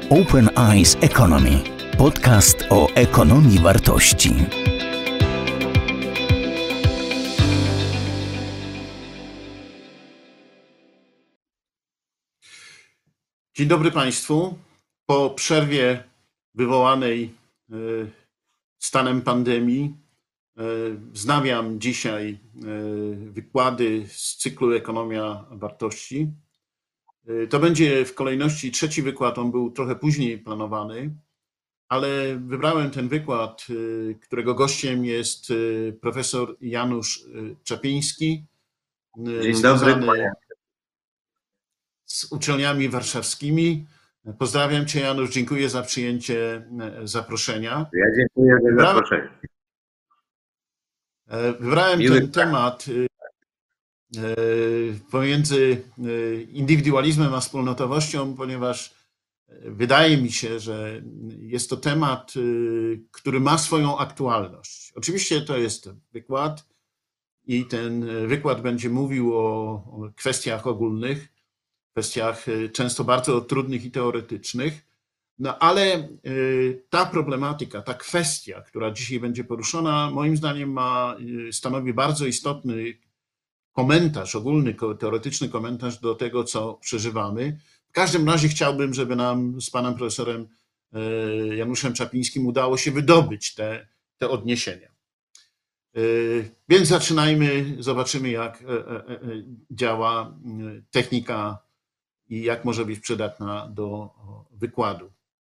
Open Eyes Economy. Podcast o ekonomii wartości. Dzień dobry Państwu. Po przerwie wywołanej stanem pandemii wznawiam dzisiaj wykłady z cyklu Ekonomia Wartości. To będzie w kolejności trzeci wykład, on był trochę później planowany, ale wybrałem ten wykład, którego gościem jest profesor Janusz Czapiński. Dzień dobry, panie. Z uczelniami warszawskimi. Pozdrawiam Cię, Janusz, dziękuję za przyjęcie zaproszenia. Ja dziękuję za zaproszenie. Wybrałem ten temat pomiędzy indywidualizmem a wspólnotowością, ponieważ wydaje mi się, że jest to temat, który ma swoją aktualność. Oczywiście to jest wykład i ten wykład będzie mówił o kwestiach ogólnych, kwestiach często bardzo trudnych i teoretycznych, no ale ta problematyka, ta kwestia, która dzisiaj będzie poruszona, moim zdaniem stanowi bardzo istotny komentarz, ogólny, teoretyczny komentarz do tego, co przeżywamy. W każdym razie chciałbym, żeby nam z panem profesorem Januszem Czapińskim udało się wydobyć te odniesienia. Więc zaczynajmy, zobaczymy, jak działa technika i jak może być przydatna do wykładu.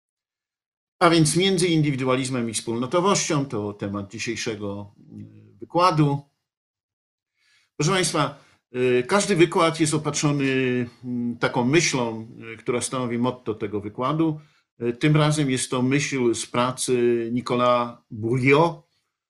A więc między indywidualizmem i wspólnotowością to temat dzisiejszego wykładu. Proszę Państwa, każdy wykład jest opatrzony taką myślą, która stanowi motto tego wykładu. Tym razem jest to myśl z pracy Nicolas Bourdieu.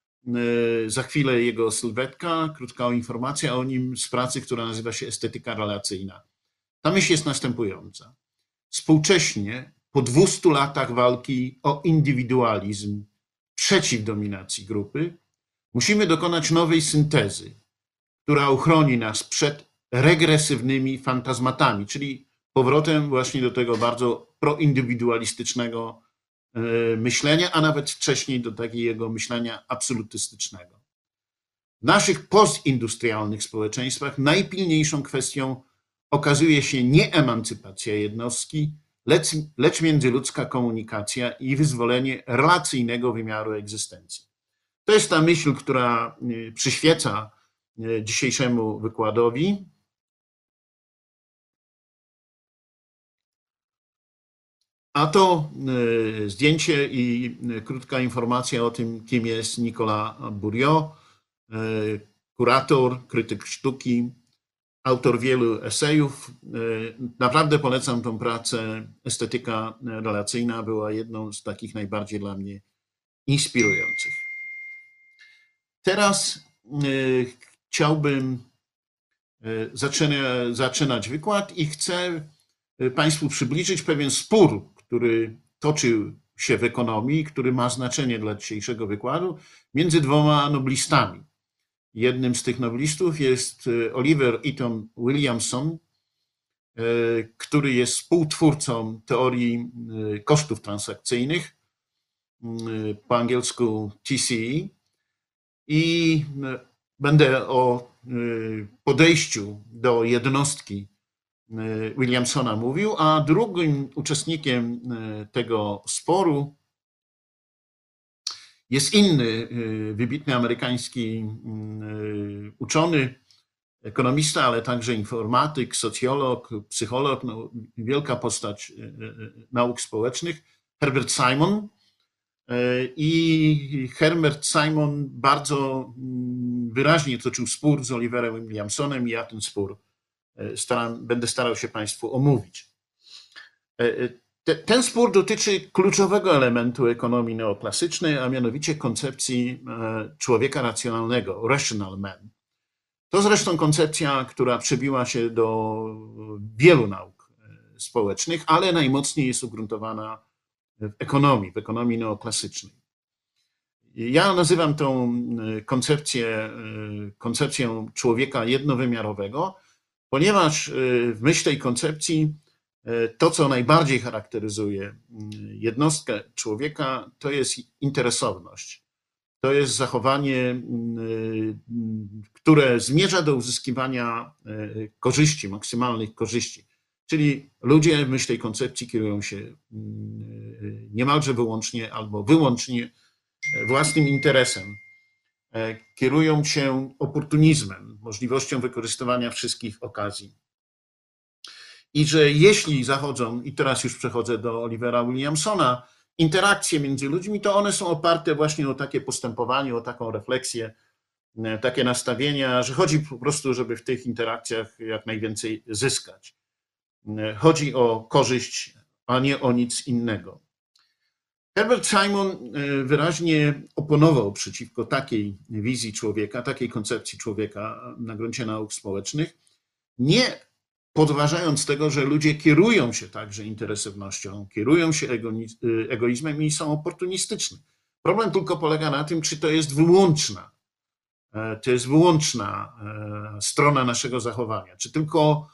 Za chwilę jego sylwetka, krótka informacja o nim z pracy, która nazywa się Estetyka relacyjna. Ta myśl jest następująca. Współcześnie, po 200 latach walki o indywidualizm przeciw dominacji grupy, musimy dokonać nowej syntezy, która uchroni nas przed regresywnymi fantazmatami, czyli powrotem właśnie do tego bardzo proindywidualistycznego myślenia, a nawet wcześniej do takiego myślenia absolutystycznego. W naszych postindustrialnych społeczeństwach najpilniejszą kwestią okazuje się nie emancypacja jednostki, lecz międzyludzka komunikacja i wyzwolenie relacyjnego wymiaru egzystencji. To jest ta myśl, która przyświeca dzisiejszemu wykładowi. A to zdjęcie i krótka informacja o tym, kim jest Nicolas Bourdieu, kurator, krytyk sztuki, autor wielu esejów. Naprawdę polecam tą pracę. Estetyka relacyjna była jedną z takich najbardziej dla mnie inspirujących. Teraz chciałbym zaczynać wykład i chcę Państwu przybliżyć pewien spór, który toczył się w ekonomii, który ma znaczenie dla dzisiejszego wykładu, między dwoma noblistami. Jednym z tych noblistów jest Oliver Eaton Williamson, który jest współtwórcą teorii kosztów transakcyjnych, po angielsku TCE, i będę o podejściu do jednostki Williamsona mówił, a drugim uczestnikiem tego sporu jest inny wybitny amerykański uczony, ekonomista, ale także informatyk, socjolog, psycholog, no, wielka postać nauk społecznych, Herbert Simon. I Herbert Simon bardzo wyraźnie toczył spór z Oliverem Williamsonem i ja ten spór będę starał się Państwu omówić. Ten spór dotyczy kluczowego elementu ekonomii neoklasycznej, a mianowicie koncepcji człowieka racjonalnego, rational man. To zresztą koncepcja, która przebiła się do wielu nauk społecznych, ale najmocniej jest ugruntowana w ekonomii neoklasycznej. Ja nazywam tą koncepcją człowieka jednowymiarowego, ponieważ w myśl tej koncepcji To, co najbardziej charakteryzuje jednostkę człowieka, to jest interesowność. To jest zachowanie, które zmierza do uzyskiwania korzyści, maksymalnych korzyści. Czyli ludzie w myśl tej koncepcji kierują się niemalże wyłącznie albo wyłącznie własnym interesem. Kierują się oportunizmem, możliwością wykorzystywania wszystkich okazji. I że jeśli zachodzą, i teraz już przechodzę do Olivera Williamsona, interakcje między ludźmi, to one są oparte właśnie o takie postępowanie, o taką refleksję, takie nastawienia, że chodzi po prostu, żeby w tych interakcjach jak najwięcej zyskać. Chodzi o korzyść, a nie o nic innego. Herbert Simon wyraźnie oponował przeciwko takiej wizji człowieka, takiej koncepcji człowieka na gruncie nauk społecznych, nie podważając tego, że ludzie kierują się także interesownością, kierują się egoizmem i są oportunistyczni. Problem tylko polega na tym, czy to jest wyłączna strona naszego zachowania, czy tylko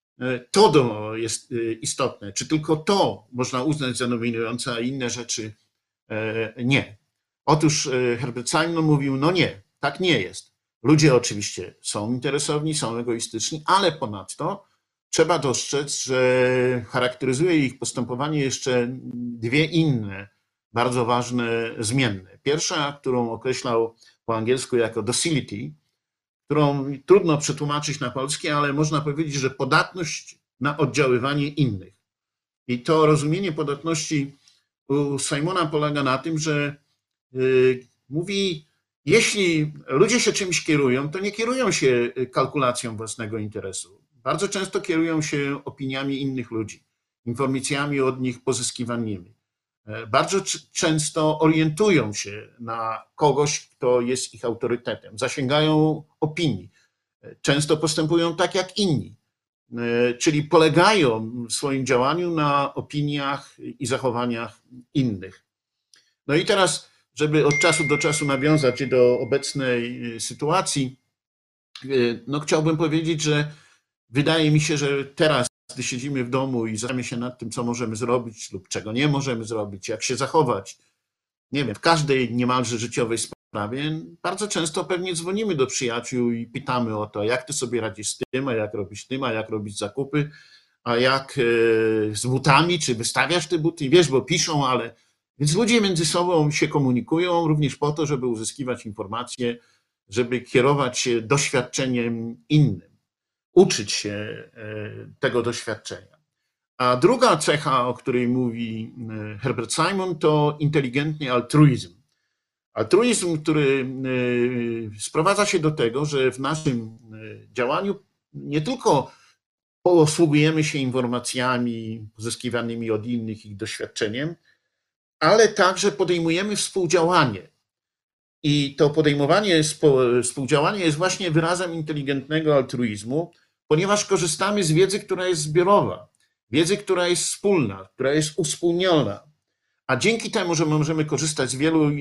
to jest istotne, czy tylko to można uznać za dominujące, a inne rzeczy nie. Otóż Herbert Simon mówił, no nie, tak nie jest. Ludzie oczywiście są interesowni, są egoistyczni, ale ponadto trzeba dostrzec, że charakteryzuje ich postępowanie jeszcze dwie inne, bardzo ważne zmienne. Pierwsza, którą określał po angielsku jako docility, którą trudno przetłumaczyć na polski, ale można powiedzieć, że podatność na oddziaływanie innych. I to rozumienie podatności u Simona polega na tym, że mówi, jeśli ludzie się czymś kierują, to nie kierują się kalkulacją własnego interesu. Bardzo często kierują się opiniami innych ludzi, informacjami od nich pozyskiwanymi. Bardzo często orientują się na kogoś, kto jest ich autorytetem, zasięgają opinii, często postępują tak jak inni, czyli polegają w swoim działaniu na opiniach i zachowaniach innych. No i teraz, żeby od czasu do czasu nawiązać się do obecnej sytuacji, no chciałbym powiedzieć, że wydaje mi się, że teraz, gdy siedzimy w domu i zastanawiamy się nad tym, co możemy zrobić lub czego nie możemy zrobić, jak się zachować, nie wiem, w każdej niemalże życiowej sprawie, bardzo często pewnie dzwonimy do przyjaciół i pytamy o to, jak ty sobie radzisz z tym, a jak robisz tym, a jak robić zakupy, a jak z butami, czy wystawiasz te buty, wiesz, bo piszą, ale... Więc ludzie między sobą się komunikują również po to, żeby uzyskiwać informacje, żeby kierować się doświadczeniem innym, uczyć się tego doświadczenia. A druga cecha, o której mówi Herbert Simon, to inteligentny altruizm. Altruizm, który sprowadza się do tego, że w naszym działaniu nie tylko posługujemy się informacjami pozyskiwanymi od innych, ich doświadczeniem, ale także podejmujemy współdziałanie. I to podejmowanie współdziałania jest właśnie wyrazem inteligentnego altruizmu, ponieważ korzystamy z wiedzy, która jest zbiorowa, wiedzy, która jest wspólna, która jest uwspólniona. A dzięki temu, że możemy korzystać z wielu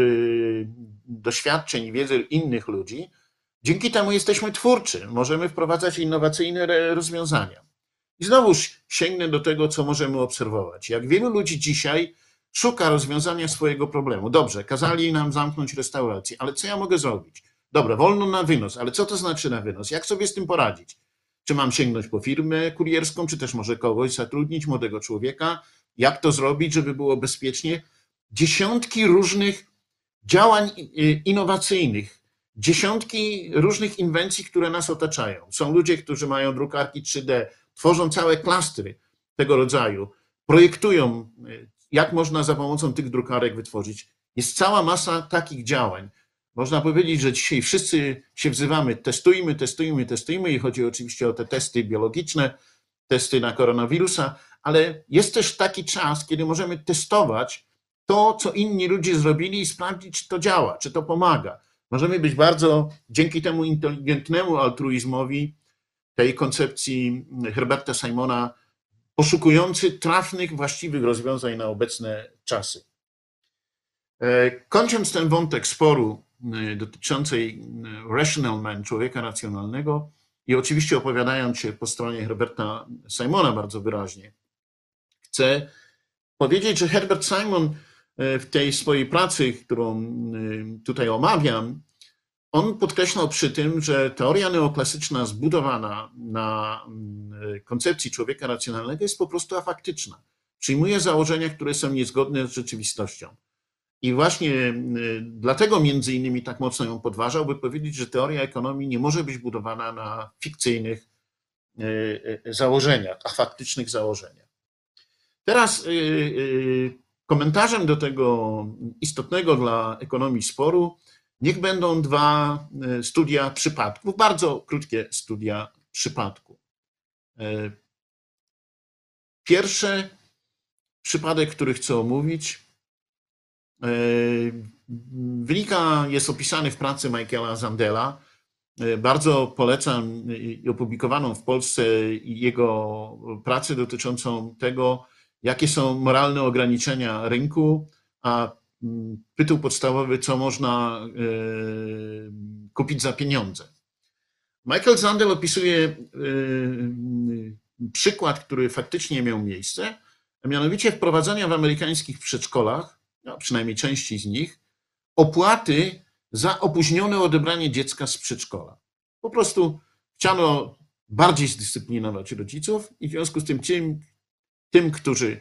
doświadczeń i wiedzy innych ludzi, dzięki temu jesteśmy twórczy, możemy wprowadzać innowacyjne rozwiązania. I znowuż sięgnę do tego, co możemy obserwować. Jak wielu ludzi dzisiaj szuka rozwiązania swojego problemu. Dobrze, kazali nam zamknąć restaurację, ale co ja mogę zrobić? Dobra, wolno na wynos, ale co to znaczy na wynos? Jak sobie z tym poradzić? Czy mam sięgnąć po firmę kurierską, czy też może kogoś zatrudnić, młodego człowieka? Jak to zrobić, żeby było bezpiecznie? Dziesiątki różnych działań innowacyjnych, dziesiątki różnych inwencji, które nas otaczają. Są ludzie, którzy mają drukarki 3D, tworzą całe klastry tego rodzaju, projektują, jak można za pomocą tych drukarek wytworzyć. Jest cała masa takich działań. Można powiedzieć, że dzisiaj wszyscy się wzywamy, testujmy i chodzi oczywiście o te testy biologiczne, testy na koronawirusa, ale jest też taki czas, kiedy możemy testować to, co inni ludzie zrobili i sprawdzić, czy to działa, czy to pomaga. Możemy być bardzo, dzięki temu inteligentnemu altruizmowi, tej koncepcji Herberta Simona, poszukujący trafnych, właściwych rozwiązań na obecne czasy. Kończąc ten wątek sporu dotyczącej rational man, człowieka racjonalnego, i oczywiście opowiadając się po stronie Herberta Simona bardzo wyraźnie, chcę powiedzieć, że Herbert Simon w tej swojej pracy, którą tutaj omawiam, on podkreślał przy tym, że teoria neoklasyczna zbudowana na koncepcji człowieka racjonalnego jest po prostu afaktyczna. Przyjmuje założenia, które są niezgodne z rzeczywistością. I właśnie dlatego między innymi tak mocno ją podważał, by powiedzieć, że teoria ekonomii nie może być budowana na fikcyjnych założeniach, afaktycznych założeniach. Teraz komentarzem do tego istotnego dla ekonomii sporu niech będą dwa studia przypadków, bardzo krótkie studia przypadku. Pierwszy przypadek, który chcę omówić, jest opisany w pracy Michaela Sandela. Bardzo polecam opublikowaną w Polsce jego pracę dotyczącą tego, jakie są moralne ograniczenia rynku, a tytuł podstawowy, co można kupić za pieniądze. Michael Sandel opisuje przykład, który faktycznie miał miejsce, a mianowicie wprowadzania w amerykańskich przedszkolach, no przynajmniej części z nich, opłaty za opóźnione odebranie dziecka z przedszkola. Po prostu chciano bardziej zdyscyplinować rodziców i w związku z tym tym którzy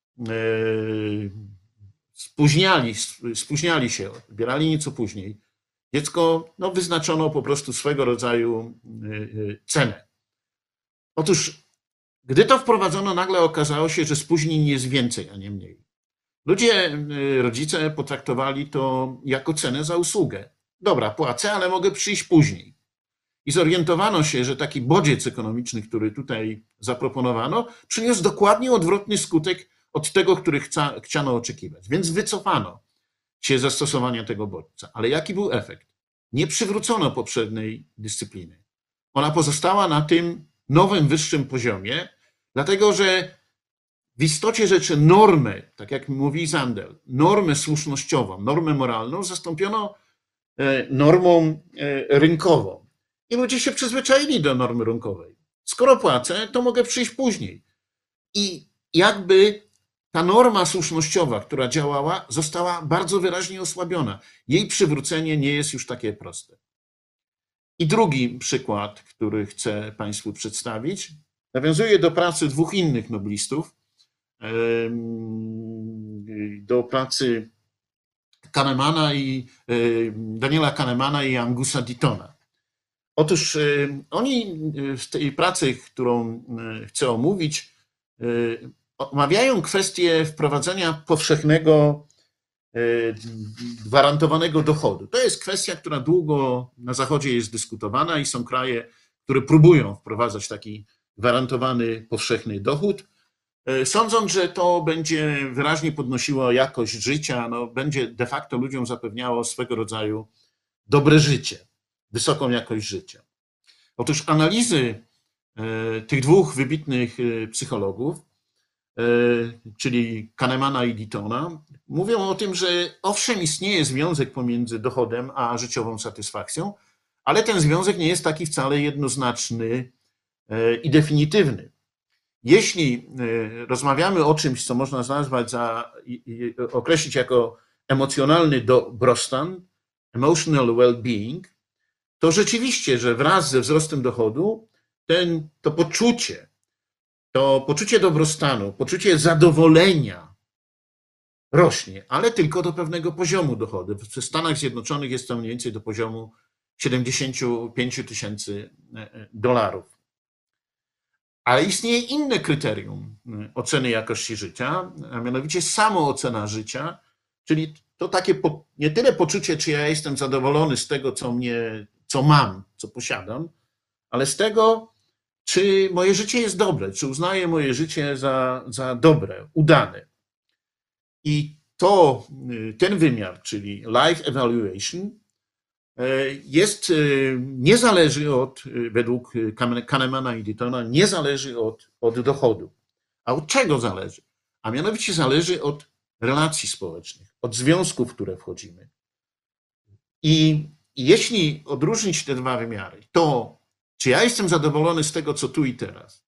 spóźniali się, odbierali nieco później, dziecko wyznaczono po prostu swego rodzaju cenę. Otóż, gdy to wprowadzono, nagle okazało się, że spóźnień jest więcej, a nie mniej. Rodzice potraktowali to jako cenę za usługę. Dobra, płacę, ale mogę przyjść później. I zorientowano się, że taki bodziec ekonomiczny, który tutaj zaproponowano, przyniósł dokładnie odwrotny skutek od tego, który chciano oczekiwać. Więc wycofano się ze stosowania tego bodźca. Ale jaki był efekt? Nie przywrócono poprzedniej dyscypliny. Ona pozostała na tym nowym, wyższym poziomie, dlatego że w istocie rzeczy normę, tak jak mówi Sandel, normę słusznościową, normę moralną zastąpiono normą rynkową. I ludzie się przyzwyczaili do normy rynkowej. Skoro płacę, to mogę przyjść później. I jakby ta norma słusznościowa, która działała, została bardzo wyraźnie osłabiona. Jej przywrócenie nie jest już takie proste. I drugi przykład, który chcę Państwu przedstawić, nawiązuje do pracy dwóch innych noblistów, do pracy Daniela Kahnemana i Angusa Deatona. Otóż oni w tej pracy, którą chcę omówić, omawiają kwestię wprowadzenia powszechnego, gwarantowanego dochodu. To jest kwestia, która długo na Zachodzie jest dyskutowana i są kraje, które próbują wprowadzać taki gwarantowany, powszechny dochód, sądząc, że to będzie wyraźnie podnosiło jakość życia, będzie de facto ludziom zapewniało swego rodzaju dobre życie, wysoką jakość życia. Otóż analizy tych dwóch wybitnych psychologów, czyli Kahnemana i Deatona, mówią o tym, że owszem, istnieje związek pomiędzy dochodem a życiową satysfakcją, ale ten związek nie jest taki wcale jednoznaczny i definitywny. Jeśli rozmawiamy o czymś, co można określić jako emocjonalny dobrostan, emotional well-being, to rzeczywiście, że wraz ze wzrostem dochodu to poczucie dobrostanu, poczucie zadowolenia rośnie, ale tylko do pewnego poziomu dochodu. W Stanach Zjednoczonych jest to mniej więcej do poziomu $75 000. Ale istnieje inne kryterium oceny jakości życia, a mianowicie samoocena życia, czyli to takie nie tyle poczucie, czy ja jestem zadowolony z tego, co mam, co posiadam, ale z tego, czy moje życie jest dobre, czy uznaję moje życie za dobre, udane. I ten wymiar, czyli life evaluation, nie zależy według Kahnemana i Deatona, nie zależy od dochodu. A od czego zależy? A mianowicie zależy od relacji społecznych, od związków, w które wchodzimy. I jeśli odróżnić te dwa wymiary, to czy ja jestem zadowolony z tego, co tu i teraz?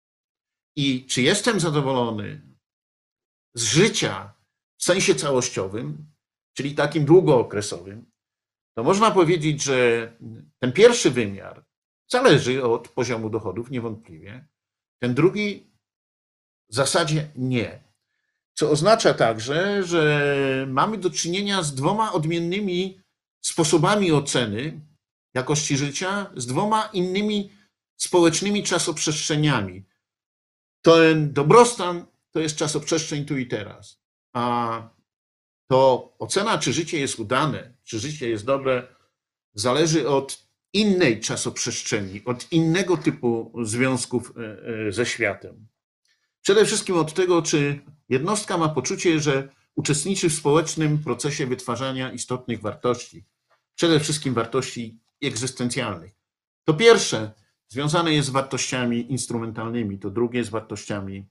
I czy jestem zadowolony z życia w sensie całościowym, czyli takim długookresowym, to można powiedzieć, że ten pierwszy wymiar zależy od poziomu dochodów, niewątpliwie. Ten drugi w zasadzie nie. Co oznacza także, że mamy do czynienia z dwoma odmiennymi sposobami oceny jakości życia, z dwoma innymi społecznymi czasoprzestrzeniami. Ten dobrostan to jest czasoprzestrzeń tu i teraz, a to ocena, czy życie jest udane, czy życie jest dobre, zależy od innej czasoprzestrzeni, od innego typu związków ze światem. Przede wszystkim od tego, czy jednostka ma poczucie, że uczestniczy w społecznym procesie wytwarzania istotnych wartości, przede wszystkim wartości egzystencjalnych. To pierwsze związane jest z wartościami instrumentalnymi, to drugie z wartościami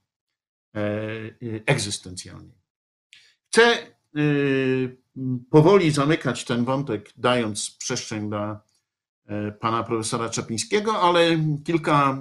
egzystencjalnymi. Chcę powoli zamykać ten wątek, dając przestrzeń dla pana profesora Czaplińskiego, ale kilka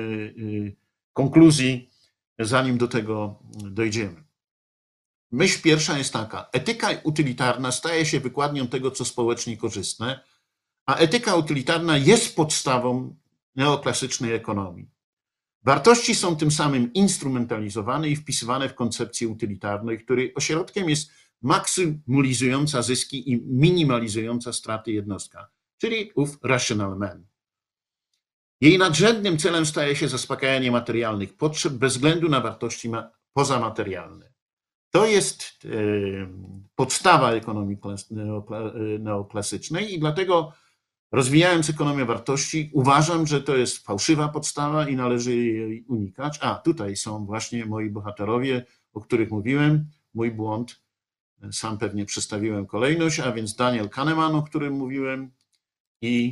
konkluzji, zanim do tego dojdziemy. Myśl pierwsza jest taka: etyka utylitarna staje się wykładnią tego, co społecznie korzystne, a etyka utylitarna jest podstawą neoklasycznej ekonomii. Wartości są tym samym instrumentalizowane i wpisywane w koncepcję utylitarną, której ośrodkiem jest maksymalizująca zyski i minimalizująca straty jednostka, czyli ów rational man. Jej nadrzędnym celem staje się zaspokajanie materialnych potrzeb bez względu na wartości pozamaterialne. To jest podstawa ekonomii neoklasycznej i dlatego, rozwijając ekonomię wartości, uważam, że to jest fałszywa podstawa i należy jej unikać. A tutaj są właśnie moi bohaterowie, o których mówiłem. Mój błąd, sam pewnie przedstawiłem kolejność, a więc Daniel Kahneman, o którym mówiłem, i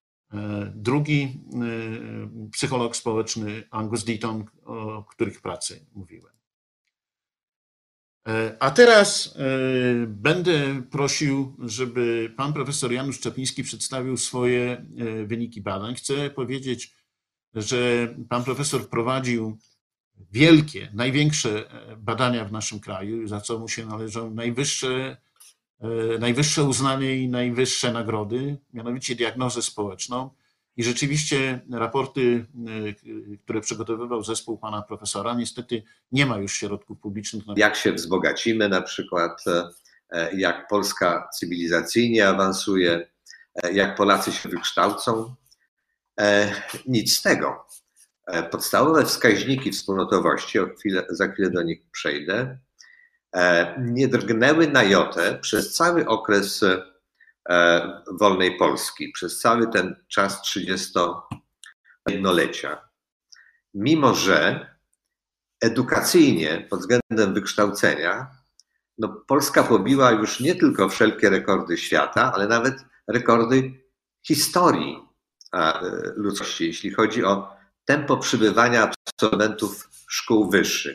drugi psycholog społeczny Angus Deaton, o których pracy mówiłem. A teraz będę prosił, żeby pan profesor Janusz Czapliński przedstawił swoje wyniki badań. Chcę powiedzieć, że pan profesor prowadził wielkie, największe badania w naszym kraju, za co mu się należą najwyższe uznanie i najwyższe nagrody, mianowicie diagnozę społeczną. I rzeczywiście raporty, które przygotowywał zespół pana profesora, niestety nie ma już środków publicznych. Jak się wzbogacimy na przykład, jak Polska cywilizacyjnie awansuje, jak Polacy się wykształcą. Nic z tego. Podstawowe wskaźniki wspólnotowości, za chwilę do nich przejdę, nie drgnęły na jotę przez cały okres wolnej Polski, przez cały ten czas 30-lecia. Mimo że edukacyjnie, pod względem wykształcenia, no Polska pobiła już nie tylko wszelkie rekordy świata, ale nawet rekordy historii ludzkości, jeśli chodzi o tempo przybywania absolwentów szkół wyższych.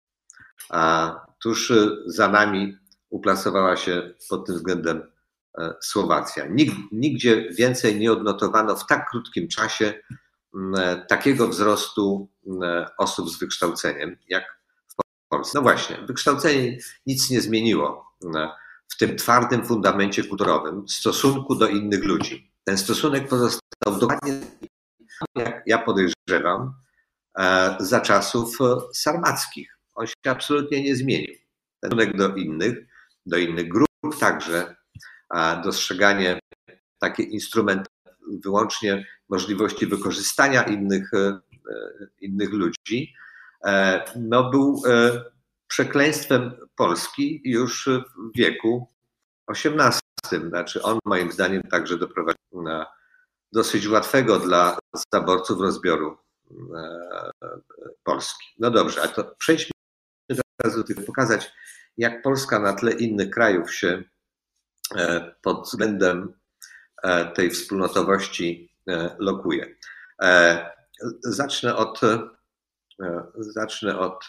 Tuż za nami uplasowała się pod tym względem Słowacja. Nigdzie więcej nie odnotowano w tak krótkim czasie takiego wzrostu osób z wykształceniem jak w Polsce. No właśnie, wykształcenie nic nie zmieniło w tym twardym fundamencie kulturowym stosunku do innych ludzi. Ten stosunek pozostał dokładnie, jak ja podejrzewam, za czasów sarmackich. On się absolutnie nie zmienił. Ten stosunek do innych grup także, dostrzeganie takie instrumenty, wyłącznie możliwości wykorzystania innych ludzi, no był przekleństwem Polski już w wieku XVIII. Znaczy on moim zdaniem także doprowadził do dosyć łatwego dla zaborców rozbioru Polski. No dobrze, a to przejdźmy teraz do tego, pokazać, jak Polska na tle innych krajów się pod względem tej wspólnotowości lokuje. Zacznę od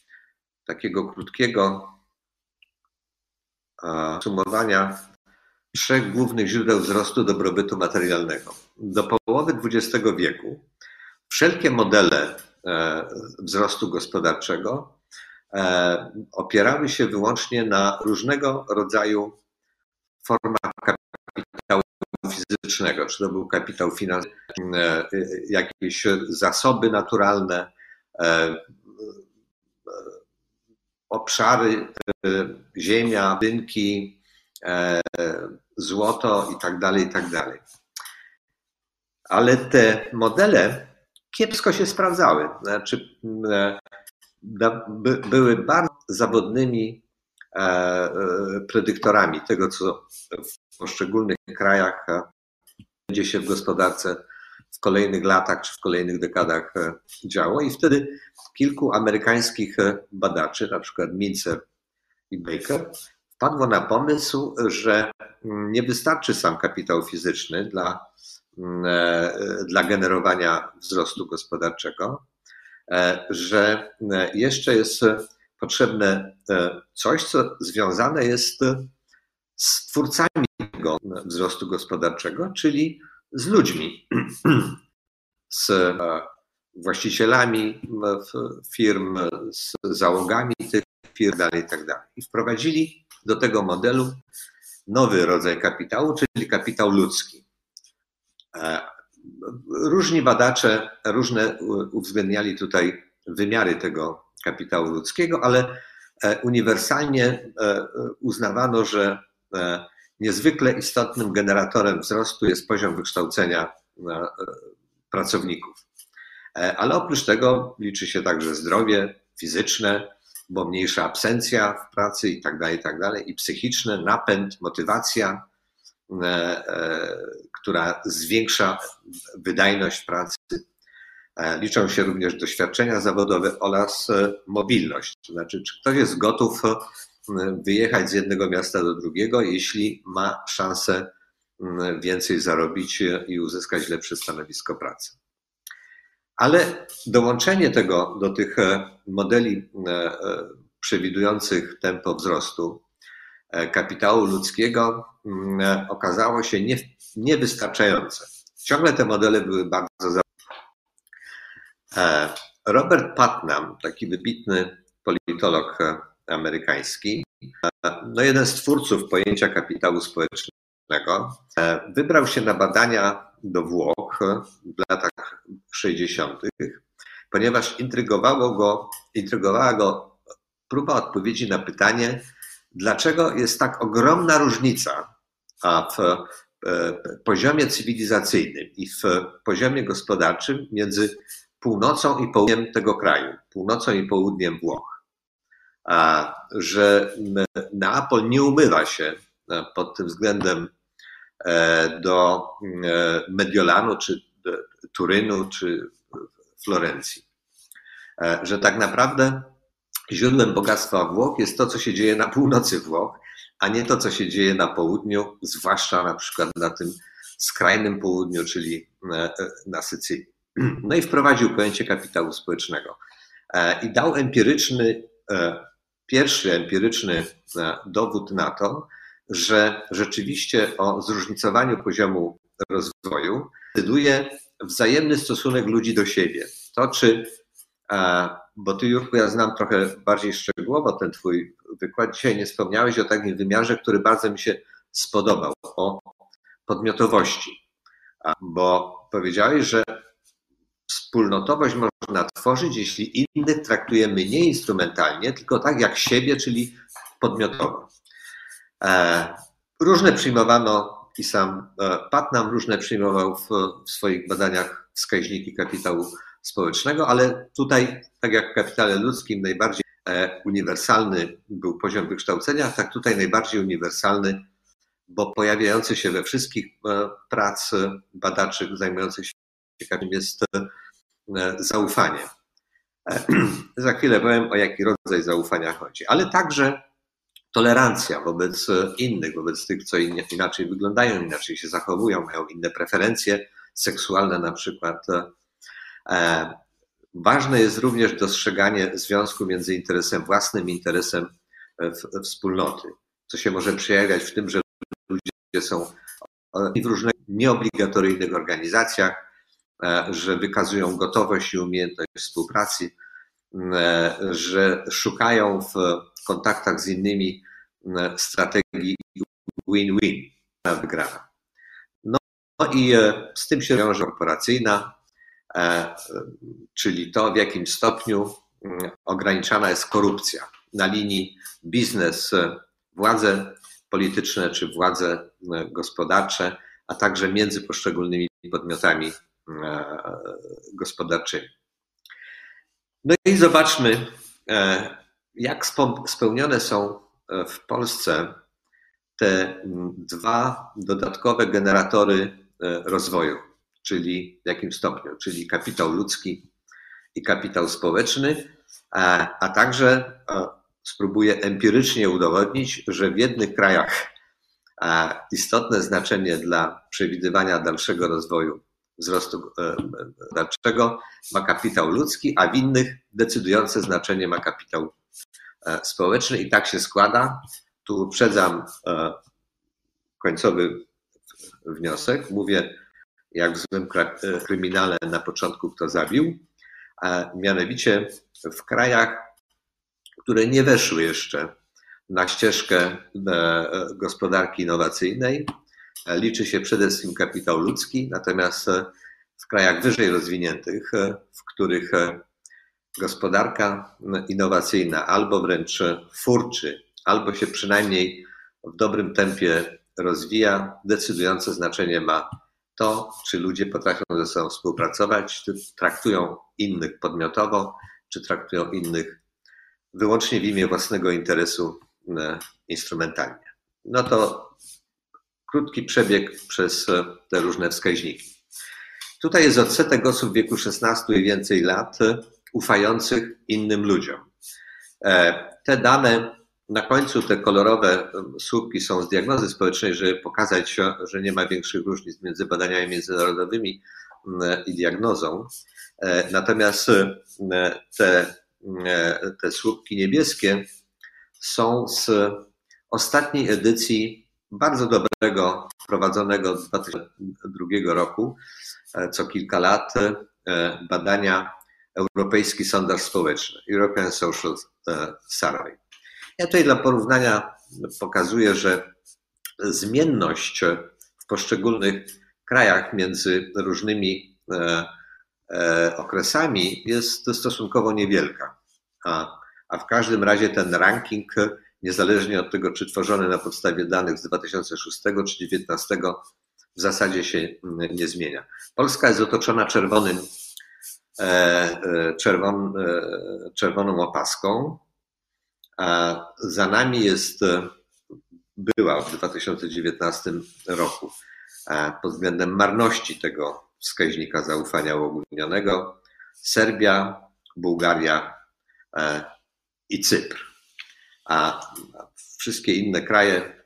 takiego krótkiego sumowania trzech głównych źródeł wzrostu dobrobytu materialnego. Do połowy XX wieku wszelkie modele wzrostu gospodarczego opierały się wyłącznie na różnego rodzaju formach kapitału fizycznego, czy to był kapitał finansowy, jakieś zasoby naturalne, obszary, ziemia, budynki, złoto i tak dalej, i tak dalej. Ale te modele kiepsko się sprawdzały. Znaczy, były bardzo zawodnymi predyktorami tego, co w poszczególnych krajach będzie się w gospodarce w kolejnych latach czy w kolejnych dekadach działo. I wtedy kilku amerykańskich badaczy, na przykład Mintzer i Baker, wpadło na pomysł, że nie wystarczy sam kapitał fizyczny dla generowania wzrostu gospodarczego, że jeszcze jest potrzebne coś, co związane jest z twórcami tego wzrostu gospodarczego, czyli z ludźmi, z właścicielami firm, z załogami tych firm itd. I wprowadzili do tego modelu nowy rodzaj kapitału, czyli kapitał ludzki. Różni badacze różne uwzględniali tutaj wymiary tego kapitału ludzkiego, ale uniwersalnie uznawano, że niezwykle istotnym generatorem wzrostu jest poziom wykształcenia pracowników. Ale oprócz tego liczy się także zdrowie fizyczne, bo mniejsza absencja w pracy i tak dalej, i psychiczne, napęd, motywacja, która zwiększa wydajność pracy. Liczą się również doświadczenia zawodowe oraz mobilność. To znaczy, czy ktoś jest gotów wyjechać z jednego miasta do drugiego, jeśli ma szansę więcej zarobić i uzyskać lepsze stanowisko pracy. Ale dołączenie tego do tych modeli przewidujących tempo wzrostu kapitału ludzkiego okazało się niewystarczające. Ciągle te modele były bardzo Robert Putnam, taki wybitny politolog amerykański, jeden z twórców pojęcia kapitału społecznego, wybrał się na badania do Włoch w latach 60., ponieważ intrygowała go próba odpowiedzi na pytanie, dlaczego jest tak ogromna różnica w poziomie cywilizacyjnym i w poziomie gospodarczym między północą i południem tego kraju, północą i południem Włoch. Że Neapol nie umywa się pod tym względem do Mediolanu, czy Turynu, czy Florencji. Że tak naprawdę źródłem bogactwa Włoch jest to, co się dzieje na północy Włoch, a nie to, co się dzieje na południu, zwłaszcza na przykład na tym skrajnym południu, czyli na Sycylii. No i wprowadził pojęcie kapitału społecznego i dał pierwszy empiryczny dowód na to, że rzeczywiście o zróżnicowaniu poziomu rozwoju decyduje wzajemny stosunek ludzi do siebie. To czy, bo ty, Jurku, ja znam trochę bardziej szczegółowo ten twój wykład, dzisiaj nie wspomniałeś o takim wymiarze, który bardzo mi się spodobał, o podmiotowości, bo powiedziałeś, że wspólnotowość można tworzyć, jeśli innych traktujemy nie instrumentalnie, tylko tak jak siebie, czyli podmiotowo. Różne przyjmowano i sam Putnam różne przyjmował w swoich badaniach wskaźniki kapitału społecznego, ale tutaj, tak jak w kapitale ludzkim, najbardziej uniwersalny był poziom wykształcenia, tak tutaj najbardziej uniwersalny, bo pojawiający się we wszystkich prac badaczy zajmujących się kapitałem jest zaufanie. Za chwilę powiem, o jaki rodzaj zaufania chodzi, ale także tolerancja wobec innych, wobec tych, co inaczej wyglądają, inaczej się zachowują, mają inne preferencje seksualne na przykład. Ważne jest również dostrzeganie związku między interesem własnym i interesem wspólnoty, co się może przejawiać w tym, że ludzie są w różnych nieobligatoryjnych organizacjach, że wykazują gotowość i umiejętność współpracy, że szukają w kontaktach z innymi strategii win-win, wygrana. No i z tym się wiąże korporacyjna, czyli to, w jakim stopniu ograniczana jest korupcja na linii biznes, władze polityczne czy władze gospodarcze, a także między poszczególnymi podmiotami gospodarczymi. No i zobaczmy, jak spełnione są w Polsce te dwa dodatkowe generatory rozwoju, czyli w jakim stopniu, czyli kapitał ludzki i kapitał społeczny, a także spróbuję empirycznie udowodnić, że w jednych krajach istotne znaczenie dla przewidywania dalszego rozwoju, wzrostu gospodarczego ma kapitał ludzki, a w innych decydujące znaczenie ma kapitał społeczny i tak się składa. Tu uprzedzam końcowy wniosek. Mówię jak w złym kryminale na początku kto zabił, a mianowicie w krajach, które nie weszły jeszcze na ścieżkę gospodarki innowacyjnej, liczy się przede wszystkim kapitał ludzki, natomiast w krajach wyżej rozwiniętych, w których gospodarka innowacyjna albo wręcz furczy, albo się przynajmniej w dobrym tempie rozwija, decydujące znaczenie ma to, czy ludzie potrafią ze sobą współpracować, czy traktują innych podmiotowo, czy traktują innych wyłącznie w imię własnego interesu instrumentalnie. No to krótki przebieg przez te różne wskaźniki. Tutaj jest odsetek osób w wieku 16 i więcej lat ufających innym ludziom. Te dane na końcu, te kolorowe słupki są z diagnozy społecznej, żeby pokazać, że nie ma większych różnic między badaniami międzynarodowymi i diagnozą. Natomiast te słupki niebieskie są z ostatniej edycji bardzo dobrego, prowadzonego od 2002 roku, co kilka lat, badania Europejski Sondaż Społeczny, European Social Survey. Ja tutaj dla porównania pokazuję, że zmienność w poszczególnych krajach między różnymi okresami jest stosunkowo niewielka, a w każdym razie ten ranking, niezależnie od tego, czy tworzony na podstawie danych z 2006 czy 2019, w zasadzie się nie zmienia. Polska jest otoczona czerwoną opaską, a za nami była w 2019 roku pod względem marności tego wskaźnika zaufania uogólnionego Serbia, Bułgaria i Cypr. A wszystkie inne kraje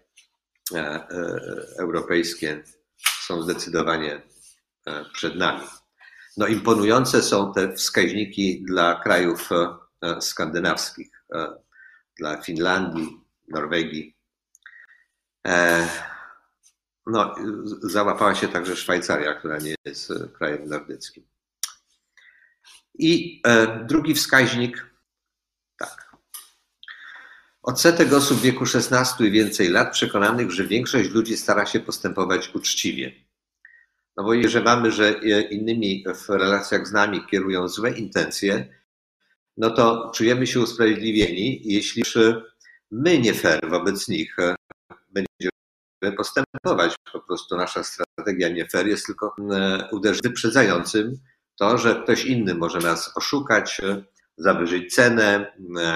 europejskie są zdecydowanie przed nami. No, imponujące są te wskaźniki dla krajów skandynawskich, dla Finlandii, Norwegii. No, załapała się także Szwajcaria, która nie jest krajem nordyckim. I drugi wskaźnik, tak. Odsetek osób w wieku 16 i więcej lat przekonanych, że większość ludzi stara się postępować uczciwie. No bo jeżeli mamy, że innymi w relacjach z nami kierują złe intencje, no to czujemy się usprawiedliwieni, jeśli my nie fair wobec nich będziemy postępować. Po prostu nasza strategia nie fair jest tylko uderzeniem wyprzedzającym to, że ktoś inny może nas oszukać, zawyżyć cenę,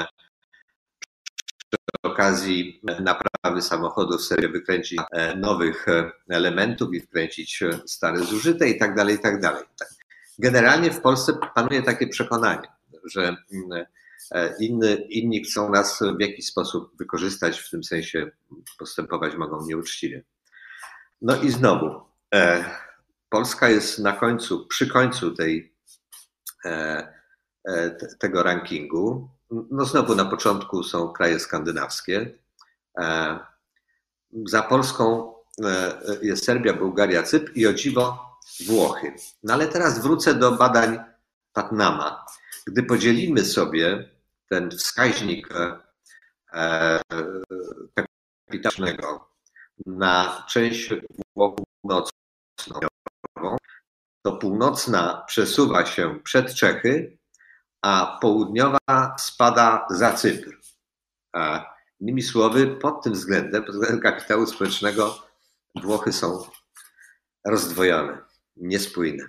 przy okazji naprawy samochodów sobie wykręcić nowych elementów i wkręcić stare zużyte i tak dalej, i tak dalej. Generalnie w Polsce panuje takie przekonanie, że inni chcą nas w jakiś sposób wykorzystać, w tym sensie postępować mogą nieuczciwie. No i znowu, Polska jest przy końcu tego rankingu. No znowu na początku są kraje skandynawskie. Za Polską jest Serbia, Bułgaria, Cypr i o dziwo Włochy. No ale teraz wrócę do badań Putnama. Gdy podzielimy sobie ten wskaźnik kapitałowego na część Włoch północną, to północna przesuwa się przed Czechy, a południowa spada za Cypr. Innymi słowy, pod tym względem, pod względem kapitału społecznego, Włochy są rozdwojone, niespójne.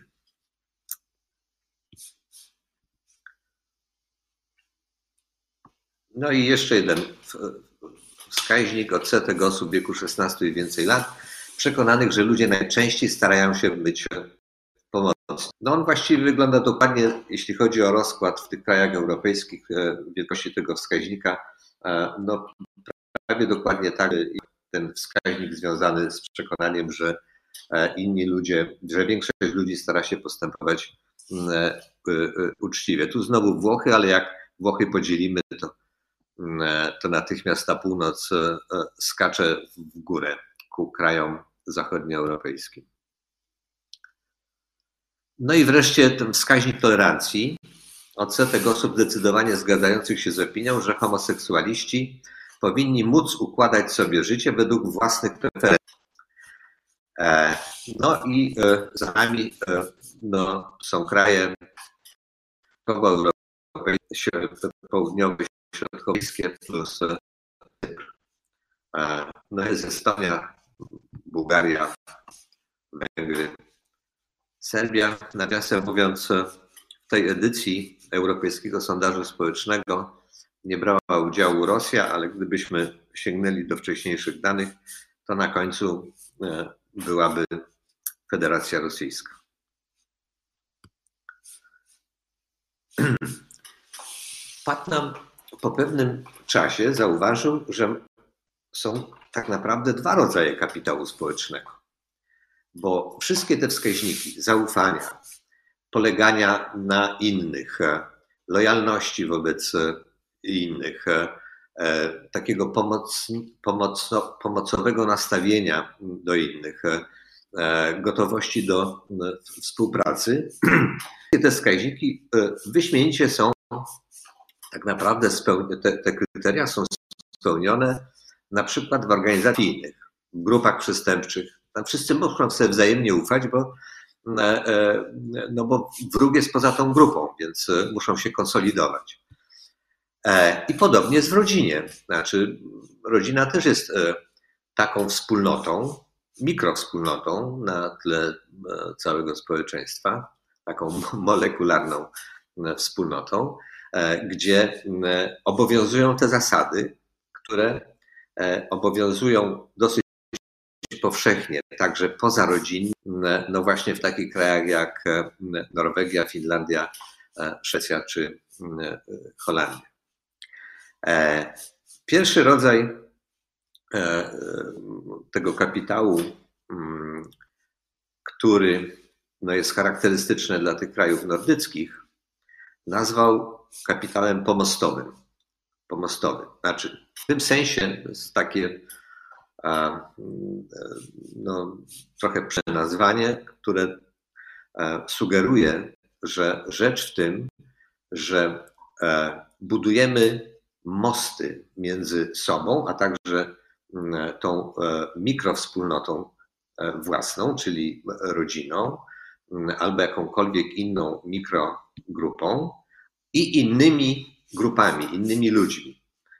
No i jeszcze jeden wskaźnik, odsetek osób w wieku 16 i więcej lat, przekonanych, że ludzie najczęściej starają się być pomocni. No on właściwie wygląda dokładnie, jeśli chodzi o rozkład w tych krajach europejskich, wielkości tego wskaźnika, no prawie dokładnie tak, ten wskaźnik związany z przekonaniem, że inni ludzie, że większość ludzi stara się postępować uczciwie. Tu znowu Włochy, ale jak Włochy podzielimy, to natychmiast ta północ skacze w górę ku krajom zachodnioeuropejskim. No i wreszcie ten wskaźnik tolerancji. Odsetek osób zdecydowanie zgadzających się z opinią, że homoseksualiści powinni móc układać sobie życie według własnych preferencji. No i za nami no, są kraje południowe, środkowiejskie plus Cypr. No jest Estonia, Bułgaria, Węgry, Serbia. Nawiasem mówiąc, w tej edycji Europejskiego Sondażu Społecznego nie brała udziału Rosja, ale gdybyśmy sięgnęli do wcześniejszych danych, to na końcu byłaby Federacja Rosyjska. Putnam po pewnym czasie zauważył, że są tak naprawdę dwa rodzaje kapitału społecznego, bo wszystkie te wskaźniki zaufania, polegania na innych, lojalności wobec innych, takiego pomocowego nastawienia do innych, gotowości do współpracy. Te wskaźniki wyśmienicie są tak naprawdę, te kryteria są spełnione na przykład w organizacyjnych, w grupach przestępczych. Tam wszyscy muszą sobie wzajemnie ufać, bo wróg jest poza tą grupą, więc muszą się konsolidować. I podobnie jest w rodzinie. Znaczy, rodzina też jest taką wspólnotą, mikrowspólnotą na tle całego społeczeństwa, taką molekularną wspólnotą, gdzie obowiązują te zasady, które obowiązują dosyć powszechnie, także pozarodzinnie, no właśnie w takich krajach jak Norwegia, Finlandia, Szwecja czy Holandia. Pierwszy rodzaj tego kapitału, który no jest charakterystyczny dla tych krajów nordyckich, nazwał kapitałem pomostowym. Pomostowym. Znaczy, w tym sensie to jest takie no, trochę przenazwanie, które sugeruje, że rzecz w tym, że budujemy mosty między sobą, a także tą mikrowspólnotą własną, czyli rodziną, albo jakąkolwiek inną mikrogrupą i innymi grupami, innymi ludźmi,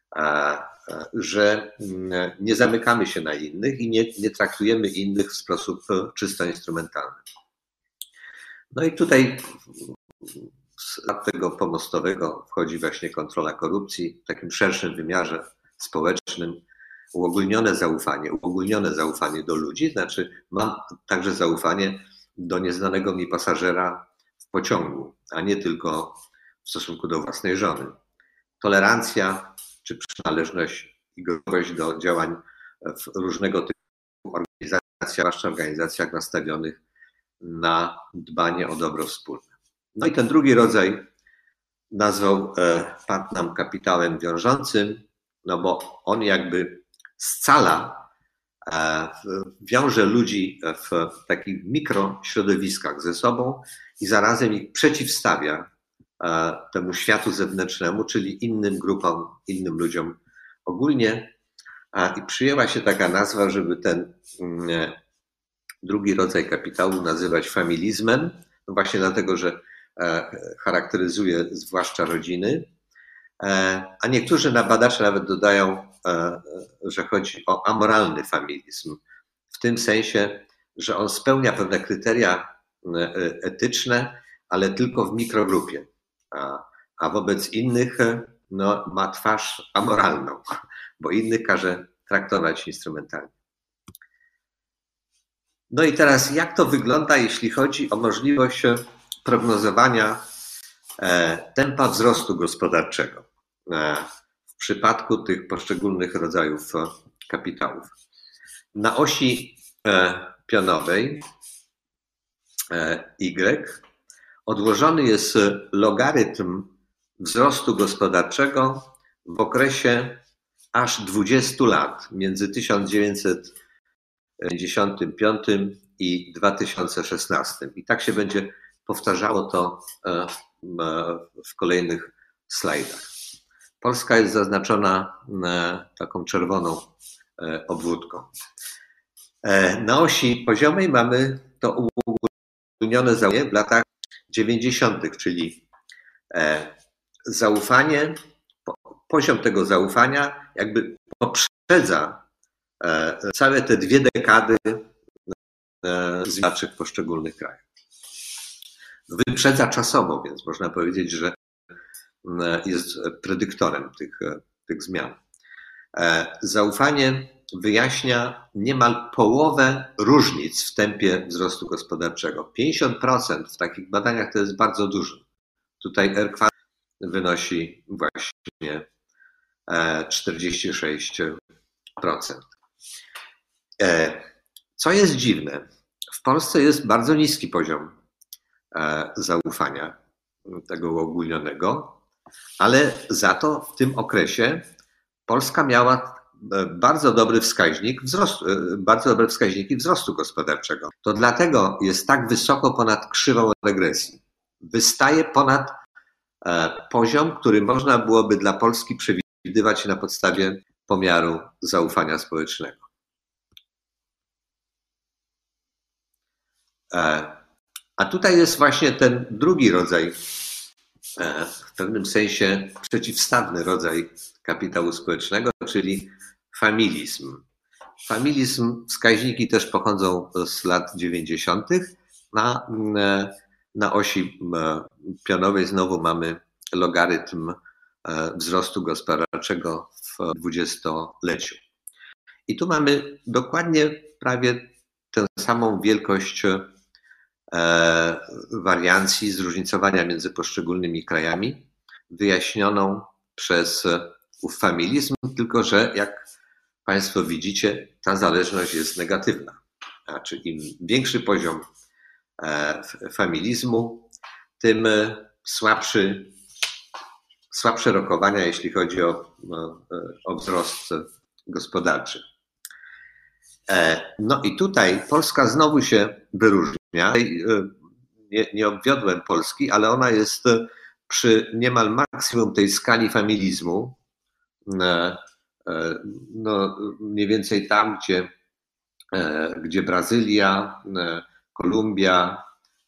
że nie zamykamy się na innych i nie traktujemy innych w sposób czysto instrumentalny. No i tutaj w skład tego pomostowego wchodzi właśnie kontrola korupcji w takim szerszym wymiarze społecznym, uogólnione zaufanie do ludzi, znaczy mam także zaufanie do nieznanego mi pasażera w pociągu, a nie tylko w stosunku do własnej żony. Tolerancja czy przynależność i gotowość do działań w różnego typu organizacjach, zwłaszcza organizacjach nastawionych na dbanie o dobro wspólne. No i ten drugi rodzaj nazwał Putnam kapitałem wiążącym, no bo on jakby scala wiąże ludzi w takich mikrośrodowiskach ze sobą i zarazem ich przeciwstawia temu światu zewnętrznemu, czyli innym grupom, innym ludziom ogólnie. I przyjęła się taka nazwa, żeby ten drugi rodzaj kapitału nazywać familizmem, no właśnie dlatego, że charakteryzuje zwłaszcza rodziny, a niektórzy badacze nawet dodają, że chodzi o amoralny familizm, w tym sensie, że on spełnia pewne kryteria etyczne, ale tylko w mikrogrupie, a wobec innych no, ma twarz amoralną, bo innych każe traktować instrumentalnie. No i teraz jak to wygląda, jeśli chodzi o możliwość prognozowania tempa wzrostu gospodarczego w przypadku tych poszczególnych rodzajów kapitałów. Na osi pionowej Y odłożony jest logarytm wzrostu gospodarczego w okresie aż 20 lat, między 1995 i 2016. I tak się będzie powtarzało to w kolejnych slajdach. Polska jest zaznaczona taką czerwoną obwódką. Na osi poziomej mamy to uogólnione zaufanie w latach 90., czyli zaufanie, poziom tego zaufania jakby poprzedza całe te 2 dekady zmian w poszczególnych krajach. Wyprzedza czasowo, więc można powiedzieć, że jest predyktorem tych zmian. Zaufanie wyjaśnia niemal połowę różnic w tempie wzrostu gospodarczego. 50% w takich badaniach to jest bardzo dużo. Tutaj R² wynosi właśnie 46%. Co jest dziwne, w Polsce jest bardzo niski poziom zaufania tego uogólnionego, ale za to w tym okresie Polska miała bardzo dobre wskaźniki wzrostu gospodarczego. To dlatego jest tak wysoko ponad krzywą regresji. Wystaje ponad poziom, który można byłoby dla Polski przewidywać na podstawie pomiaru zaufania społecznego. A tutaj jest właśnie ten drugi rodzaj, w pewnym sensie przeciwstawny rodzaj kapitału społecznego, czyli familizm. Familizm, wskaźniki też pochodzą z lat 90. Na osi pionowej znowu mamy logarytm wzrostu gospodarczego w dwudziestoleciu. I tu mamy dokładnie prawie tę samą wielkość wariancji, zróżnicowania między poszczególnymi krajami, wyjaśnioną przez ów familizm, tylko że jak Państwo widzicie, ta zależność jest negatywna. Znaczy im większy poziom familizmu, tym słabsze rokowania, jeśli chodzi o wzrost gospodarczy. No i tutaj Polska znowu się wyróżnia. Nie obwiodłem Polski, ale ona jest przy niemal maksimum tej skali familizmu, no mniej więcej tam, gdzie Brazylia, Kolumbia,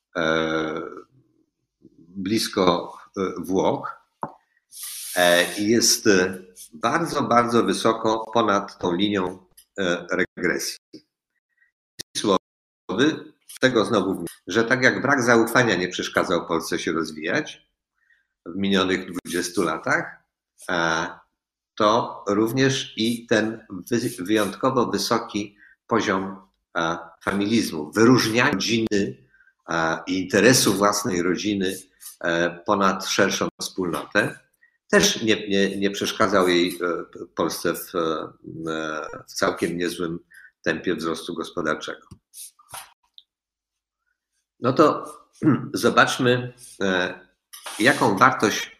blisko Włoch, jest bardzo, bardzo wysoko ponad tą linią regresji. Słowy, tego znowu, że tak jak brak zaufania nie przeszkadzał Polsce się rozwijać w minionych 20 latach, to również i ten wyjątkowo wysoki poziom familizmu, wyróżniania rodziny i interesu własnej rodziny ponad szerszą wspólnotę, też nie przeszkadzał jej Polsce w całkiem niezłym tempie wzrostu gospodarczego. No to zobaczmy, jaką wartość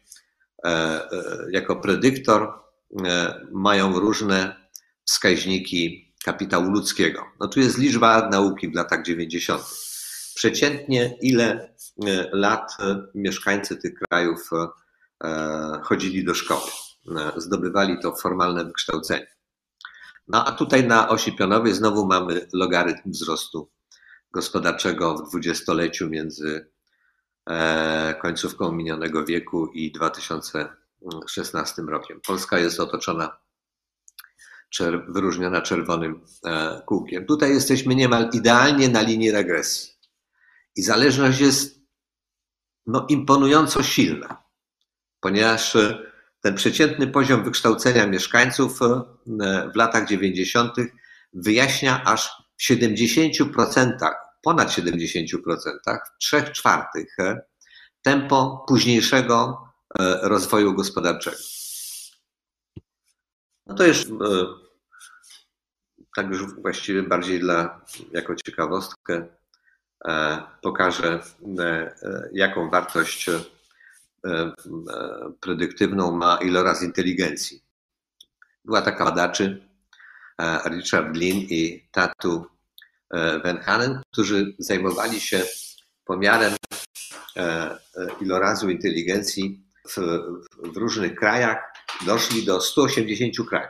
jako predyktor mają różne wskaźniki kapitału ludzkiego. No tu jest liczba nauki w latach 90. Przeciętnie ile lat mieszkańcy tych krajów chodzili do szkoły, zdobywali to formalne wykształcenie. No a tutaj na osi pionowej znowu mamy logarytm wzrostu gospodarczego w dwudziestoleciu między końcówką minionego wieku i 2016 rokiem. Polska jest otoczona, wyróżniona czerwonym kółkiem. Tutaj jesteśmy niemal idealnie na linii regresji. I zależność jest imponująco silna, ponieważ ten przeciętny poziom wykształcenia mieszkańców w latach 90. wyjaśnia aż w 70%, ponad 70%, w 3/4 tempo późniejszego rozwoju gospodarczego. No to jest tak już właściwie bardziej jako ciekawostkę pokażę, jaką wartość predyktywną ma iloraz inteligencji. Była taka badaczy, Richard Lynn i Tatu Venhanen, którzy zajmowali się pomiarem ilorazu inteligencji w różnych krajach. Doszli do 180 krajów.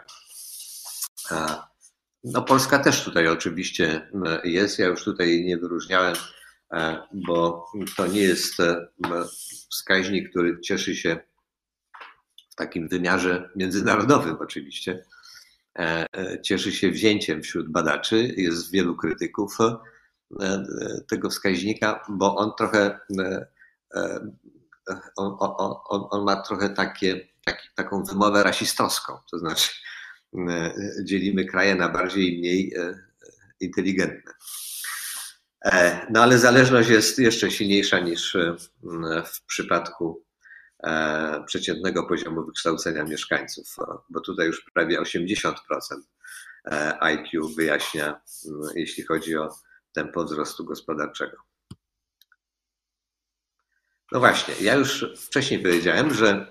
No Polska też tutaj oczywiście jest. Ja już tutaj nie wyróżniałem, bo to nie jest wskaźnik, który cieszy się w takim wymiarze międzynarodowym oczywiście. Cieszy się wzięciem wśród badaczy. Jest wielu krytyków tego wskaźnika, bo on trochę on ma trochę taką wymowę rasistowską, to znaczy dzielimy kraje na bardziej i mniej inteligentne. No ale zależność jest jeszcze silniejsza niż w przypadku przeciętnego poziomu wykształcenia mieszkańców, bo tutaj już prawie 80% IQ wyjaśnia, jeśli chodzi o tempo wzrostu gospodarczego. No właśnie, ja już wcześniej powiedziałem, że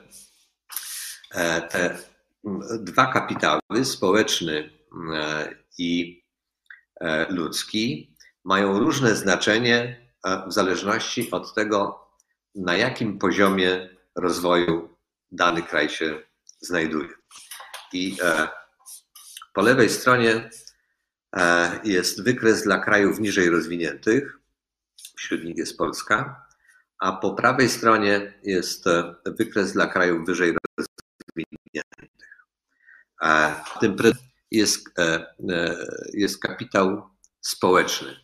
te dwa kapitały, społeczny i ludzki, mają różne znaczenie w zależności od tego, na jakim poziomie rozwoju dany kraj się znajduje. I po lewej stronie jest wykres dla krajów niżej rozwiniętych, wśród nich jest Polska, a po prawej stronie jest wykres dla krajów wyżej rozwiniętych. W tym jest kapitał społeczny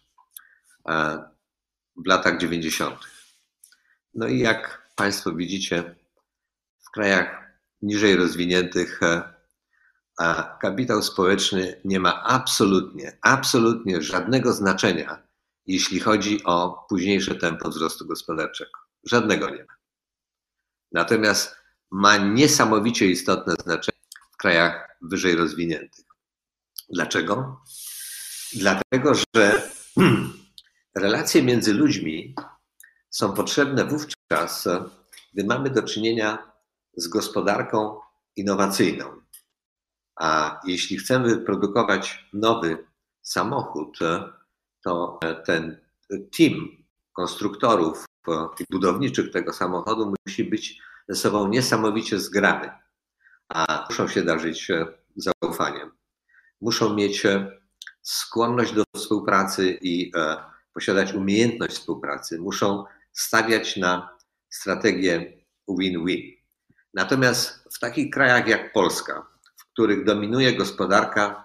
w latach 90. No i jak Państwo widzicie, w krajach niżej rozwiniętych kapitał społeczny nie ma absolutnie żadnego znaczenia, jeśli chodzi o późniejsze tempo wzrostu gospodarczego. Żadnego nie ma. Natomiast ma niesamowicie istotne znaczenie w krajach wyżej rozwiniętych. Dlaczego? Dlatego, że relacje między ludźmi są potrzebne wówczas, gdy mamy do czynienia z gospodarką innowacyjną. A jeśli chcemy produkować nowy samochód, to ten team konstruktorów i budowniczych tego samochodu musi być ze sobą niesamowicie zgrany, a muszą się darzyć zaufaniem. Muszą mieć skłonność do współpracy i posiadać umiejętność współpracy. Muszą stawiać na strategię win-win. Natomiast w takich krajach jak Polska, w których dominuje gospodarka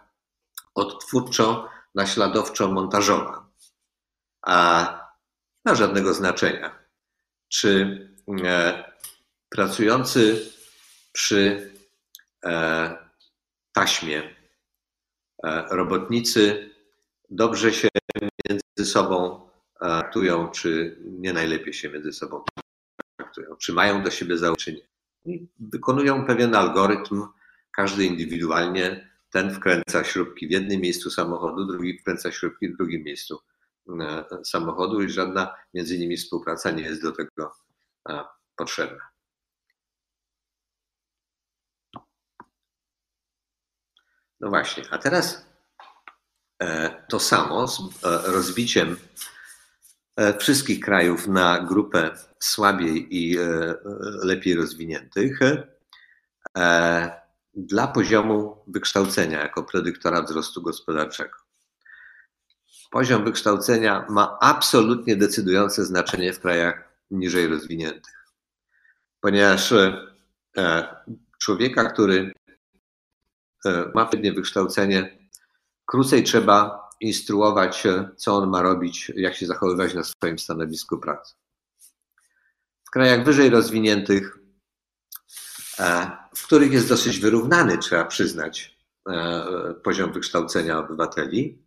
odtwórczo-naśladowczo-montażowa, a nie ma żadnego znaczenia, czy pracujący przy taśmie robotnicy dobrze się między sobą traktują, czy nie najlepiej się między sobą traktują, czy mają do siebie zaufanie. I wykonują pewien algorytm, każdy indywidualnie. Ten wkręca śrubki w jednym miejscu samochodu, drugi wkręca śrubki w drugim miejscu samochodu i żadna między nimi współpraca nie jest do tego potrzebna. No właśnie, a teraz to samo z rozbiciem wszystkich krajów na grupę słabiej i lepiej rozwiniętych dla poziomu wykształcenia jako predyktora wzrostu gospodarczego. Poziom wykształcenia ma absolutnie decydujące znaczenie w krajach niżej rozwiniętych, ponieważ człowieka, który ma pewne wykształcenie, krócej trzeba instruować, co on ma robić, jak się zachowywać na swoim stanowisku pracy. W krajach wyżej rozwiniętych, w których jest dosyć wyrównany, trzeba przyznać, poziom wykształcenia obywateli,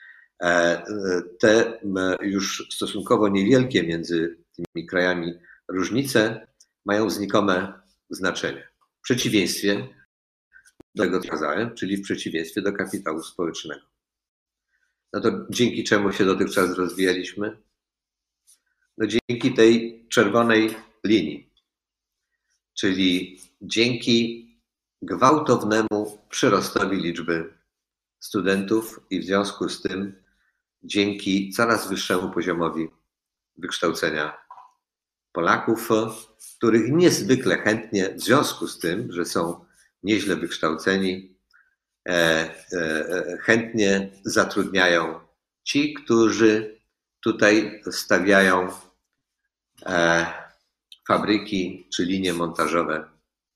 te już stosunkowo niewielkie między tymi krajami różnice mają znikome znaczenie. W przeciwieństwie do tego, co kazałem, czyli w przeciwieństwie do kapitału społecznego. No to dzięki czemu się dotychczas rozwijaliśmy? No dzięki tej czerwonej linii, czyli dzięki gwałtownemu przyrostowi liczby studentów i w związku z tym dzięki coraz wyższemu poziomowi wykształcenia Polaków, których niezwykle chętnie, w związku z tym, że są nieźle wykształceni, chętnie zatrudniają ci, którzy tutaj stawiają fabryki czy linie montażowe,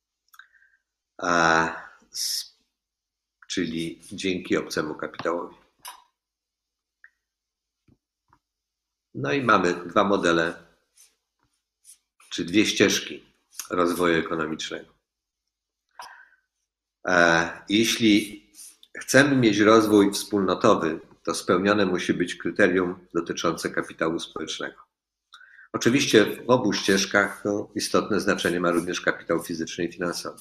czyli dzięki obcemu kapitałowi. No i mamy dwa modele, czy dwie ścieżki rozwoju ekonomicznego. Jeśli chcemy mieć rozwój wspólnotowy, to spełnione musi być kryterium dotyczące kapitału społecznego. Oczywiście w obu ścieżkach istotne znaczenie ma również kapitał fizyczny i finansowy.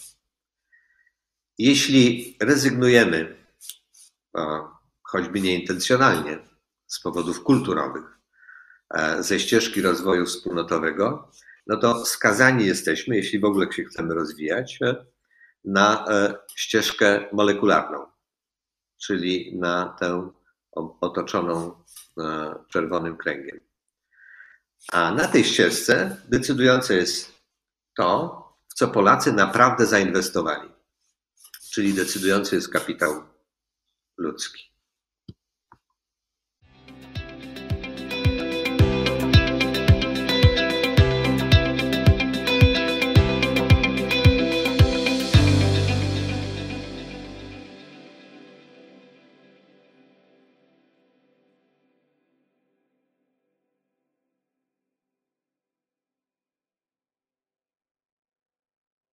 Jeśli rezygnujemy, choćby nieintencjonalnie, z powodów kulturowych, ze ścieżki rozwoju wspólnotowego, no to skazani jesteśmy, jeśli w ogóle się chcemy rozwijać, na ścieżkę molekularną, czyli na tę otoczoną czerwonym kręgiem. A na tej ścieżce decydujące jest to, w co Polacy naprawdę zainwestowali, czyli decydujący jest kapitał ludzki.